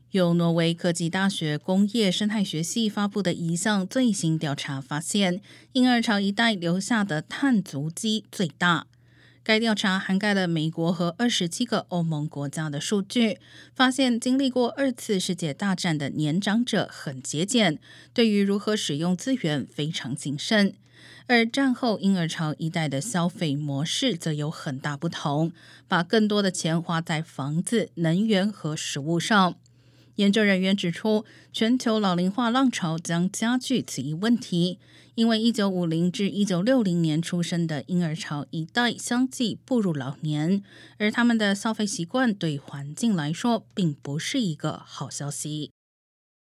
由挪威科技大学工业生态学系发布的一项最新调查发现，婴儿潮一代留下的碳足迹最大。该调查涵盖了美国和27个欧盟国家的数据，发现经历过2次世界大战的年长者很节俭，对于如何使用资源非常谨慎。而战后婴儿潮一代的消费模式则有很大不同，把更多的钱花在房子、能源和食物上。研究人员指出，全球老龄化浪潮将加剧此一问题，因为1950至1960年出生的婴儿潮一代相继步入老年，而他们的消费习惯对环境来说并不是一个好消息。